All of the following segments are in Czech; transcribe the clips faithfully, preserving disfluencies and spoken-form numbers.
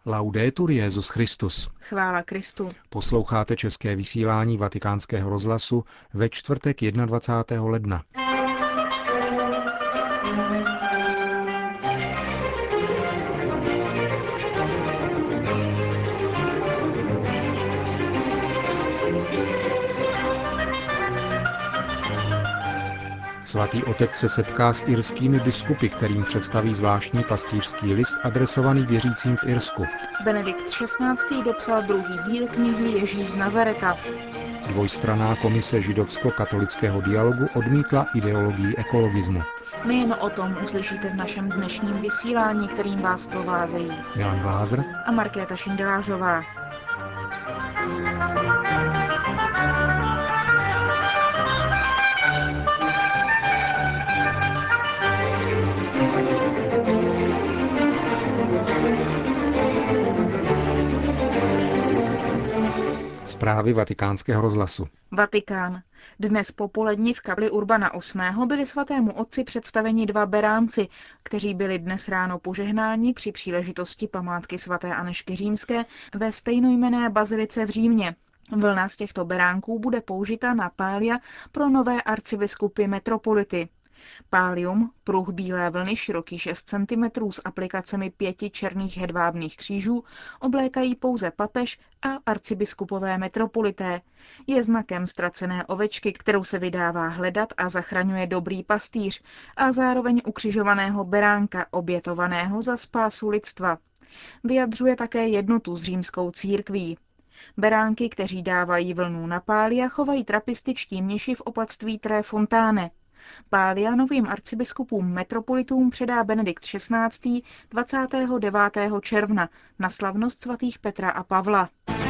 Laudetur Jesus Christus. Chvála Kristu. Posloucháte české vysílání Vatikánského rozhlasu ve čtvrtek dvacátého prvního ledna. Svatý otec se setká s irskými biskupy, kterým představí zvláštní pastýřský list adresovaný věřícím v Irsku. Benedikt šestnáctý dopsal druhý díl knihy Ježíš z Nazareta. Dvojstranná komise židovsko-katolického dialogu odmítla ideologii ekologismu. Nejen o tom uslyšíte v našem dnešním vysílání, kterým vás provázejí Milan Glázer a Markéta Šindelářová. Zprávy Vatikánského rozhlasu. Vatikán. Dnes popoledni v kapli Urbana osmého byli svatému otci představeni dva beránci, kteří byli dnes ráno požehnáni při příležitosti památky svaté Anežky Římské ve stejnojmenné bazilice v Římě. Vlna z těchto beránků bude použita na pália pro nové arcibiskupy metropolity. Pálium, pruh bílé vlny široký šest centimetrů s aplikacemi pěti černých hedvábných křížů, oblékají pouze papež a arcibiskupové metropolité. Je znakem ztracené ovečky, kterou se vydává hledat a zachraňuje dobrý pastýř, a zároveň ukřižovaného beránka, obětovaného za spásu lidstva. Vyjadřuje také jednotu s římskou církví. Beránky, kteří dávají vlnu na pália, chovají trapističtí mniši v opatství Tre Fontane. Pália novým arcibiskupům metropolitům předá Benedikt šestnáctý dvacátého devátého června na slavnost svatých Petra a Pavla.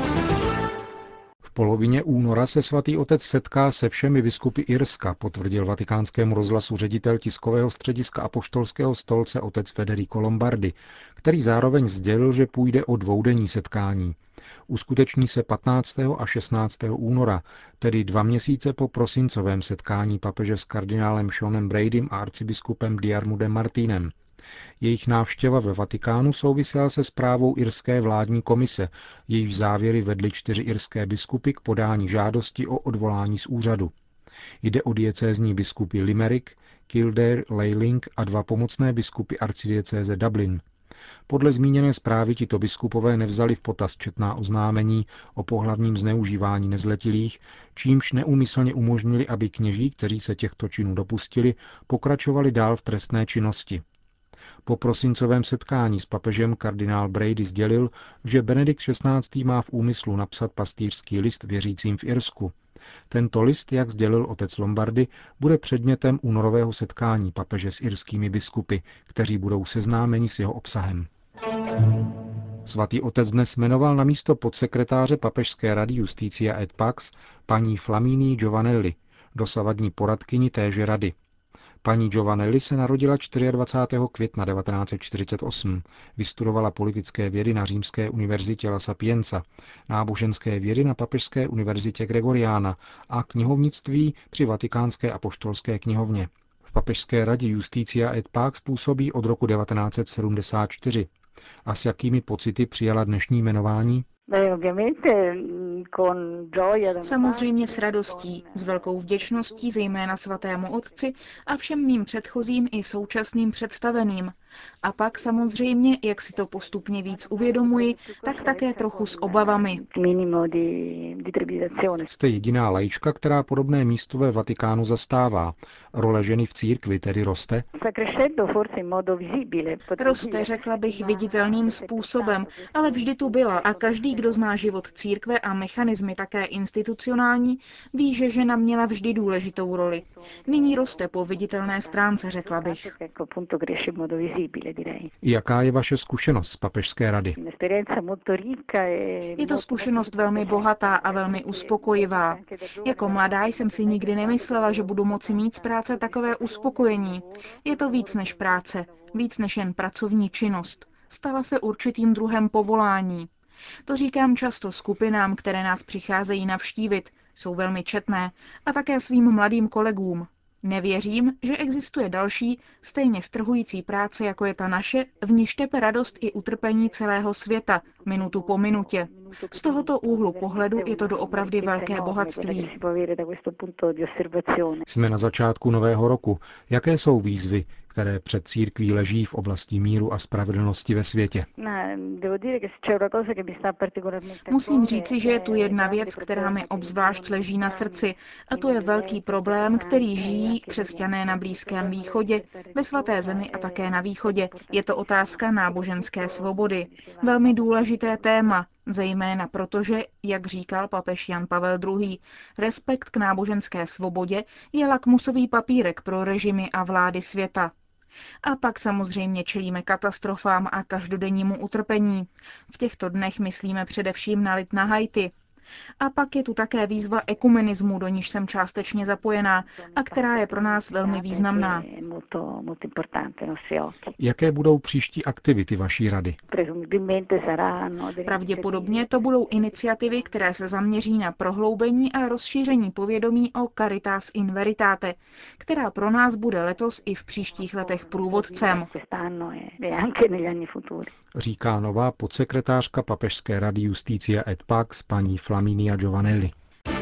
V polovině února se svatý otec setká se všemi biskupy Irska, potvrdil Vatikánskému rozhlasu ředitel tiskového střediska Apoštolského stolce otec Federico Lombardi, který zároveň sdělil, že půjde o dvoudenní setkání. Uskuteční se patnáctého a šestnáctého února, tedy dva měsíce po prosincovém setkání papeže s kardinálem Seanem Bradym a arcibiskupem Diarmudem Martinem. Jejich návštěva ve Vatikánu souvisela se zprávou irské vládní komise, jejíž závěry vedly čtyři irské biskupy k podání žádosti o odvolání z úřadu. Jde o diecézní biskupy Limerick, Kildare, Leyling a dva pomocné biskupy arcidiecéze Dublin. Podle zmíněné zprávy tito biskupové nevzali v potaz četná oznámení o pohlavním zneužívání nezletilých, čímž neúmyslně umožnili, aby kněží, kteří se těchto činů dopustili, pokračovali dál v trestné činnosti. Po prosincovém setkání s papežem kardinál Brady sdělil, že Benedikt šestnáctý má v úmyslu napsat pastýřský list věřícím v Irsku. Tento list, jak sdělil otec Lombardy, bude předmětem únorového setkání papeže s irskými biskupy, kteří budou seznámeni s jeho obsahem. Svatý otec dnes jmenoval na místo podsekretáře papežské rady Justitia et Pax paní Flaminii Giovanelli, dosavadní poradkyni téže rady. Paní Giovanelli se narodila dvacátého čtvrtého května devatenáct set čtyřicet osm, vystudovala politické vědy na Římské univerzitě La Sapienza, náboženské vědy na Papežské univerzitě Gregoriana a knihovnictví při Vatikánské apoštolské knihovně. V papežské radě Justitia et Pax působí od roku devatenáct set sedmdesát čtyři. A s jakými pocity přijala dnešní jmenování? Samozřejmě s radostí, s velkou vděčností zejména svatému otci a všem mým předchozím i současným představeným. A pak samozřejmě, jak si to postupně víc uvědomuji, tak také trochu s obavami. Jste jediná laička, která podobné místo ve Vatikánu zastává. Role ženy v církvi tedy roste? Roste, řekla bych, viditelným způsobem, ale vždy tu byla a každý, kdo zná život církve a mechanismy také institucionální, ví, že žena měla vždy důležitou roli. Nyní roste po viditelné stránce, řekla bych. Jaká je vaše zkušenost z papežské rady? Je to zkušenost velmi bohatá a velmi uspokojivá. Jako mladá jsem si nikdy nemyslela, že budu moci mít z práce takové uspokojení. Je to víc než práce, víc než jen pracovní činnost. Stala se určitým druhem povolání. To říkám často skupinám, které nás přicházejí navštívit, jsou velmi četné, a také svým mladým kolegům. Nevěřím, že existuje další, stejně strhující práce, jako je ta naše, v níž tepe radost i utrpení celého světa, minutu po minutě. Z tohoto úhlu pohledu je to doopravdy velké bohatství. Jsme na začátku nového roku. Jaké jsou výzvy, které před církví leží v oblasti míru a spravedlnosti ve světě? Musím říci, že je tu jedna věc, která mi obzvlášť leží na srdci, a to je velký problém, který žijí křesťané na Blízkém východě, ve Svaté zemi a také na východě. Je to otázka náboženské svobody. Velmi důležité téma, zejména protože, jak říkal papež Jan Pavel druhý., respekt k náboženské svobodě je lakmusový papírek pro režimy a vlády světa. A pak samozřejmě čelíme katastrofám a každodennímu utrpení. V těchto dnech myslíme především na lid na Haiti. A pak je tu také výzva ekumenismu, do níž jsem částečně zapojená a která je pro nás velmi významná. Jaké budou příští aktivity vaší rady? Pravděpodobně to budou iniciativy, které se zaměří na prohloubení a rozšíření povědomí o Caritas in Veritate, která pro nás bude letos i v příštích letech průvodcem. Říká nová podsekretářka papežské rady Justitia et Pax paní Flaminia Giovanelli.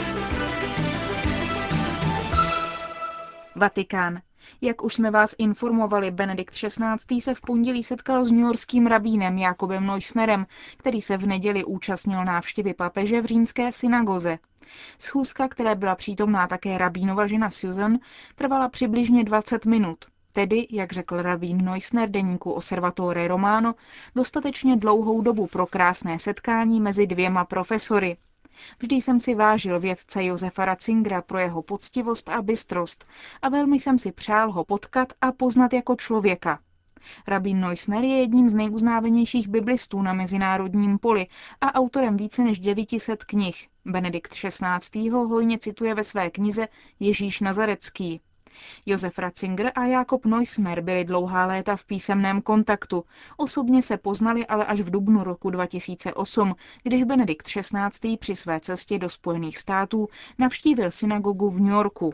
Vatikán. Jak už jsme vás informovali, Benedikt šestnáctý. se v pondělí setkal s newyorským rabínem Jakobem Neusnerem, který se v neděli účastnil návštěvy papeže v římské synagoze. Schůzka, které byla přítomná také rabínova žena Susan, trvala přibližně dvacet minut. Tedy, jak řekl rabín Neusner deníku Osservatore Romano, dostatečně dlouhou dobu pro krásné setkání mezi dvěma profesory. Vždy jsem si vážil vědce Josefa Ratzingera pro jeho poctivost a bystrost a velmi jsem si přál ho potkat a poznat jako člověka. Rabín Neusner je jedním z nejuznávanějších biblistů na mezinárodním poli a autorem více než devět set knih. Benedikt šestnáctý. ho hojně cituje ve své knize Ježíš Nazarecký. Josef Ratzinger a Jakob Neusner byli dlouhá léta v písemném kontaktu. Osobně se poznali ale až v dubnu roku dva tisíce osm, když Benedikt šestnáctý. při své cestě do Spojených států navštívil synagogu v New Yorku.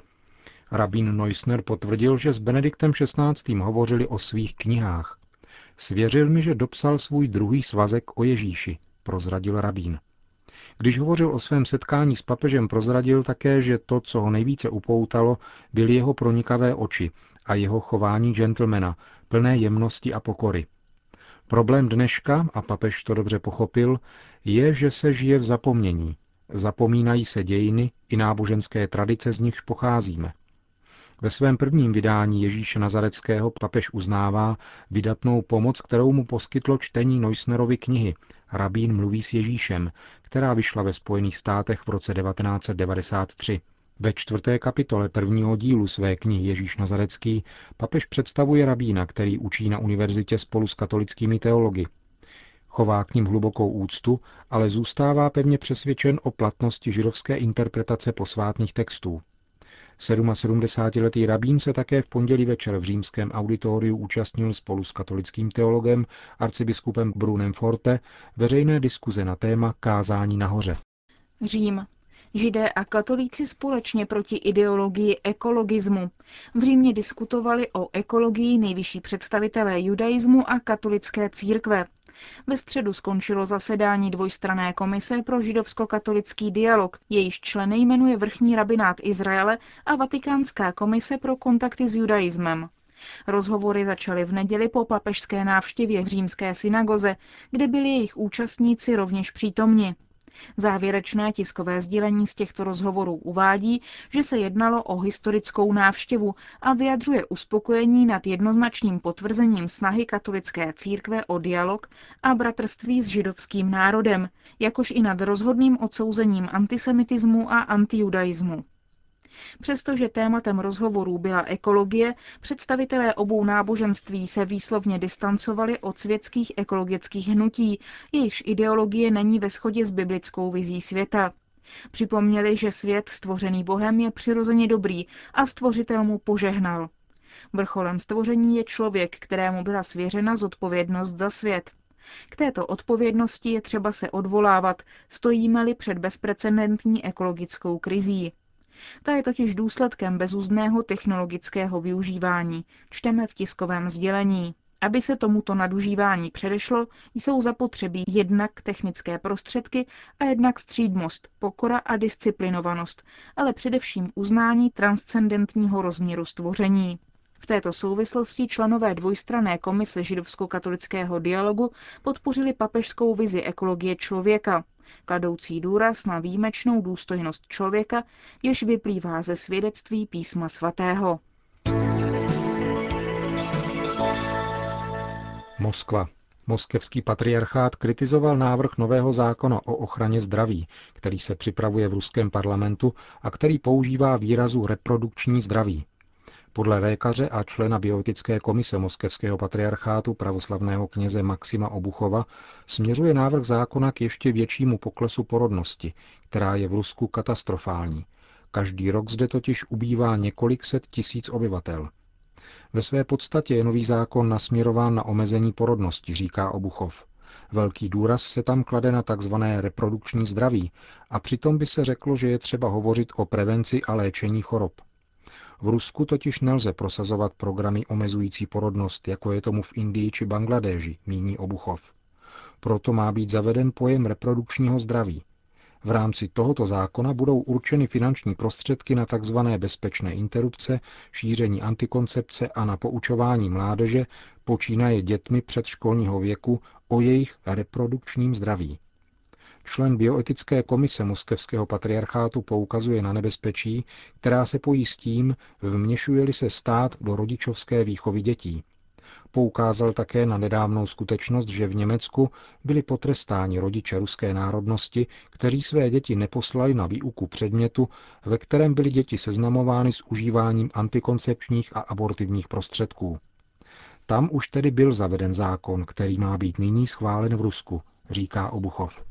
Rabín Neusner potvrdil, že s Benediktem šestnáctým. hovořili o svých knihách. Svěřil mi, že dopsal svůj druhý svazek o Ježíši, prozradil rabín. Když hovořil o svém setkání s papežem, prozradil také, že to, co ho nejvíce upoutalo, byly jeho pronikavé oči a jeho chování gentlemana, plné jemnosti a pokory. Problém dneška, a papež to dobře pochopil, je, že se žije v zapomnění. Zapomínají se dějiny i náboženské tradice, z nichž pocházíme. Ve svém prvním vydání Ježíše Nazareckého papež uznává vydatnou pomoc, kterou mu poskytlo čtení Neusnerovy knihy Rabín mluví s Ježíšem, která vyšla ve Spojených státech v roce devatenáct set devadesát tři. Ve čtvrté kapitole prvního dílu své knihy Ježíš Nazarecký papež představuje rabína, který učí na univerzitě spolu s katolickými teology. Chová k nim hlubokou úctu, ale zůstává pevně přesvědčen o platnosti židovské interpretace posvátných textů. sedmasedmdesátiletý rabín se také v pondělí večer v římském auditoriu účastnil spolu s katolickým teologem arcibiskupem Brunem Forte veřejné diskuze na téma kázání nahoře. Řím. Židé a katolíci společně proti ideologii ekologismu. V Římě diskutovali o ekologii nejvyšší představitelé judaismu a katolické církve. Ve středu skončilo zasedání dvojstranné komise pro židovsko-katolický dialog, jejíž členy jmenuje vrchní rabinát Izraele a Vatikánská komise pro kontakty s judaismem. Rozhovory začaly v neděli po papežské návštěvě v římské synagoze, kde byli jejich účastníci rovněž přítomni. Závěrečné tiskové sdělení z těchto rozhovorů uvádí, že se jednalo o historickou návštěvu a vyjadřuje uspokojení nad jednoznačným potvrzením snahy katolické církve o dialog a bratrství s židovským národem, jakož i nad rozhodným odsouzením antisemitismu a antijudaismu. Přestože tématem rozhovorů byla ekologie, představitelé obou náboženství se výslovně distancovali od světských ekologických hnutí, jejichž ideologie není ve shodě s biblickou vizí světa. Připomněli, že svět stvořený Bohem je přirozeně dobrý a stvořitel mu požehnal. Vrcholem stvoření je člověk, kterému byla svěřena zodpovědnost za svět. K této odpovědnosti je třeba se odvolávat, stojíme-li před bezprecedentní ekologickou krizí. Ta je totiž důsledkem bezuzdného technologického využívání, čteme v tiskovém sdělení. Aby se tomuto nadužívání předešlo, jsou zapotřebí jednak technické prostředky a jednak střídmost, pokora a disciplinovanost, ale především uznání transcendentního rozměru stvoření. V této souvislosti členové dvojstranné komise židovsko-katolického dialogu podpořili papežskou vizi ekologie člověka, kladoucí důraz na výjimečnou důstojnost člověka, jež vyplývá ze svědectví Písma svatého. Moskva. Moskevský patriarchát kritizoval návrh nového zákona o ochraně zdraví, který se připravuje v ruském parlamentu a který používá výrazu reprodukční zdraví. Podle lékaře a člena bioetické komise Moskevského patriarchátu pravoslavného kněze Maxima Obuchova směřuje návrh zákona k ještě většímu poklesu porodnosti, která je v Rusku katastrofální. Každý rok zde totiž ubývá několik set tisíc obyvatel. Ve své podstatě je nový zákon nasměrován na omezení porodnosti, říká Obuchov. Velký důraz se tam klade na tzv. Reprodukční zdraví a přitom by se řeklo, že je třeba hovořit o prevenci a léčení chorob. V Rusku totiž nelze prosazovat programy omezující porodnost, jako je tomu v Indii či Bangladéši, míní Obuchov. Proto má být zaveden pojem reprodukčního zdraví. V rámci tohoto zákona budou určeny finanční prostředky na tzv. Bezpečné interrupce, šíření antikoncepce a na poučování mládeže, počínaje dětmi předškolního věku, o jejich reprodukčním zdraví. Člen bioetické komise Moskevského patriarchátu poukazuje na nebezpečí, která se pojí s tím, vměšuje-li se stát do rodičovské výchovy dětí. Poukázal také na nedávnou skutečnost, že v Německu byli potrestáni rodiče ruské národnosti, kteří své děti neposlali na výuku předmětu, ve kterém byly děti seznamovány s užíváním antikoncepčních a abortivních prostředků. Tam už tedy byl zaveden zákon, který má být nyní schválen v Rusku, říká Obuchov.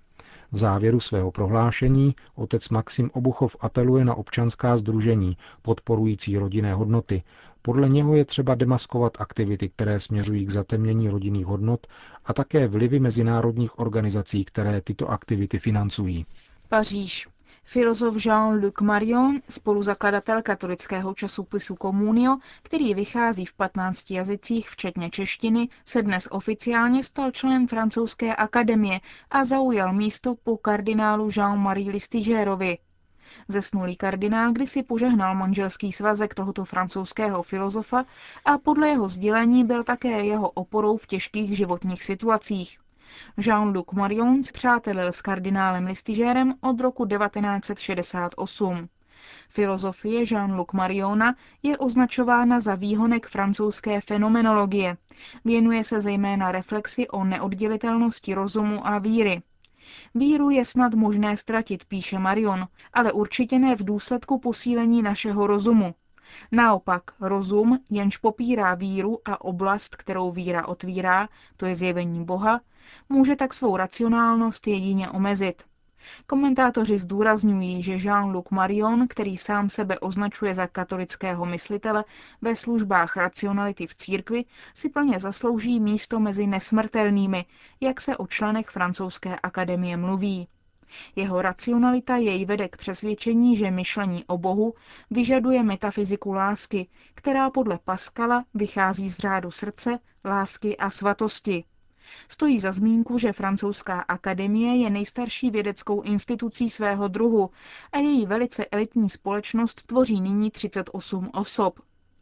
V závěru svého prohlášení otec Maxim Obuchov apeluje na občanská sdružení podporující rodinné hodnoty. Podle něho je třeba demaskovat aktivity, které směřují k zatemnění rodinných hodnot a také vlivy mezinárodních organizací, které tyto aktivity financují. Paříž. Filozof Jean-Luc Marion, spoluzakladatel katolického časopisu Communio, který vychází v patnácti jazycích, včetně češtiny, se dnes oficiálně stal členem francouzské akademie a zaujal místo po kardinálu Jean-Marie Listigerovi. Zesnulý kardinál kdysi požehnal manželský svazek tohoto francouzského filozofa a podle jeho sdělení byl také jeho oporou v těžkých životních situacích. Jean-Luc Marion spřátelil s kardinálem Listigerem od roku devatenáct set šedesát osm. Filozofie Jean-Luc Mariona je označována za výhonek francouzské fenomenologie. Věnuje se zejména reflexi o neoddělitelnosti rozumu a víry. Víru je snad možné ztratit, píše Marion, ale určitě ne v důsledku posílení našeho rozumu. Naopak, rozum, jenž popírá víru a oblast, kterou víra otvírá, to je zjevení Boha, může tak svou racionálnost jedině omezit. Komentátoři zdůrazňují, že Jean-Luc Marion, který sám sebe označuje za katolického myslitele ve službách racionality v církvi, si plně zaslouží místo mezi nesmrtelnými, jak se o členech francouzské akademie mluví. Jeho racionalita jej vede k přesvědčení, že myšlení o Bohu vyžaduje metafyziku lásky, která podle Pascala vychází z řádu srdce, lásky a svatosti. Stojí za zmínku, že francouzská akademie je nejstarší vědeckou institucí svého druhu a její velice elitní společnost tvoří nyní třicet osm osob.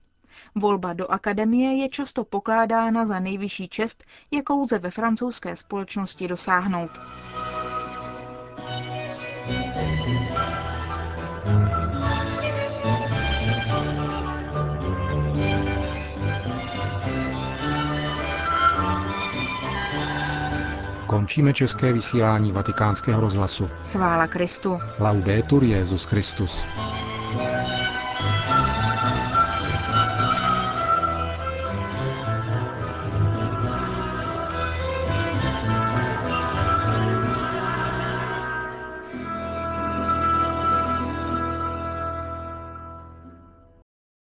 Volba do akademie je často pokládána za nejvyšší čest, jakou lze ve francouzské společnosti dosáhnout. Končíme české vysílání Vatikánského rozhlasu. Chvála Kristu. Laudetur Jesus Christus.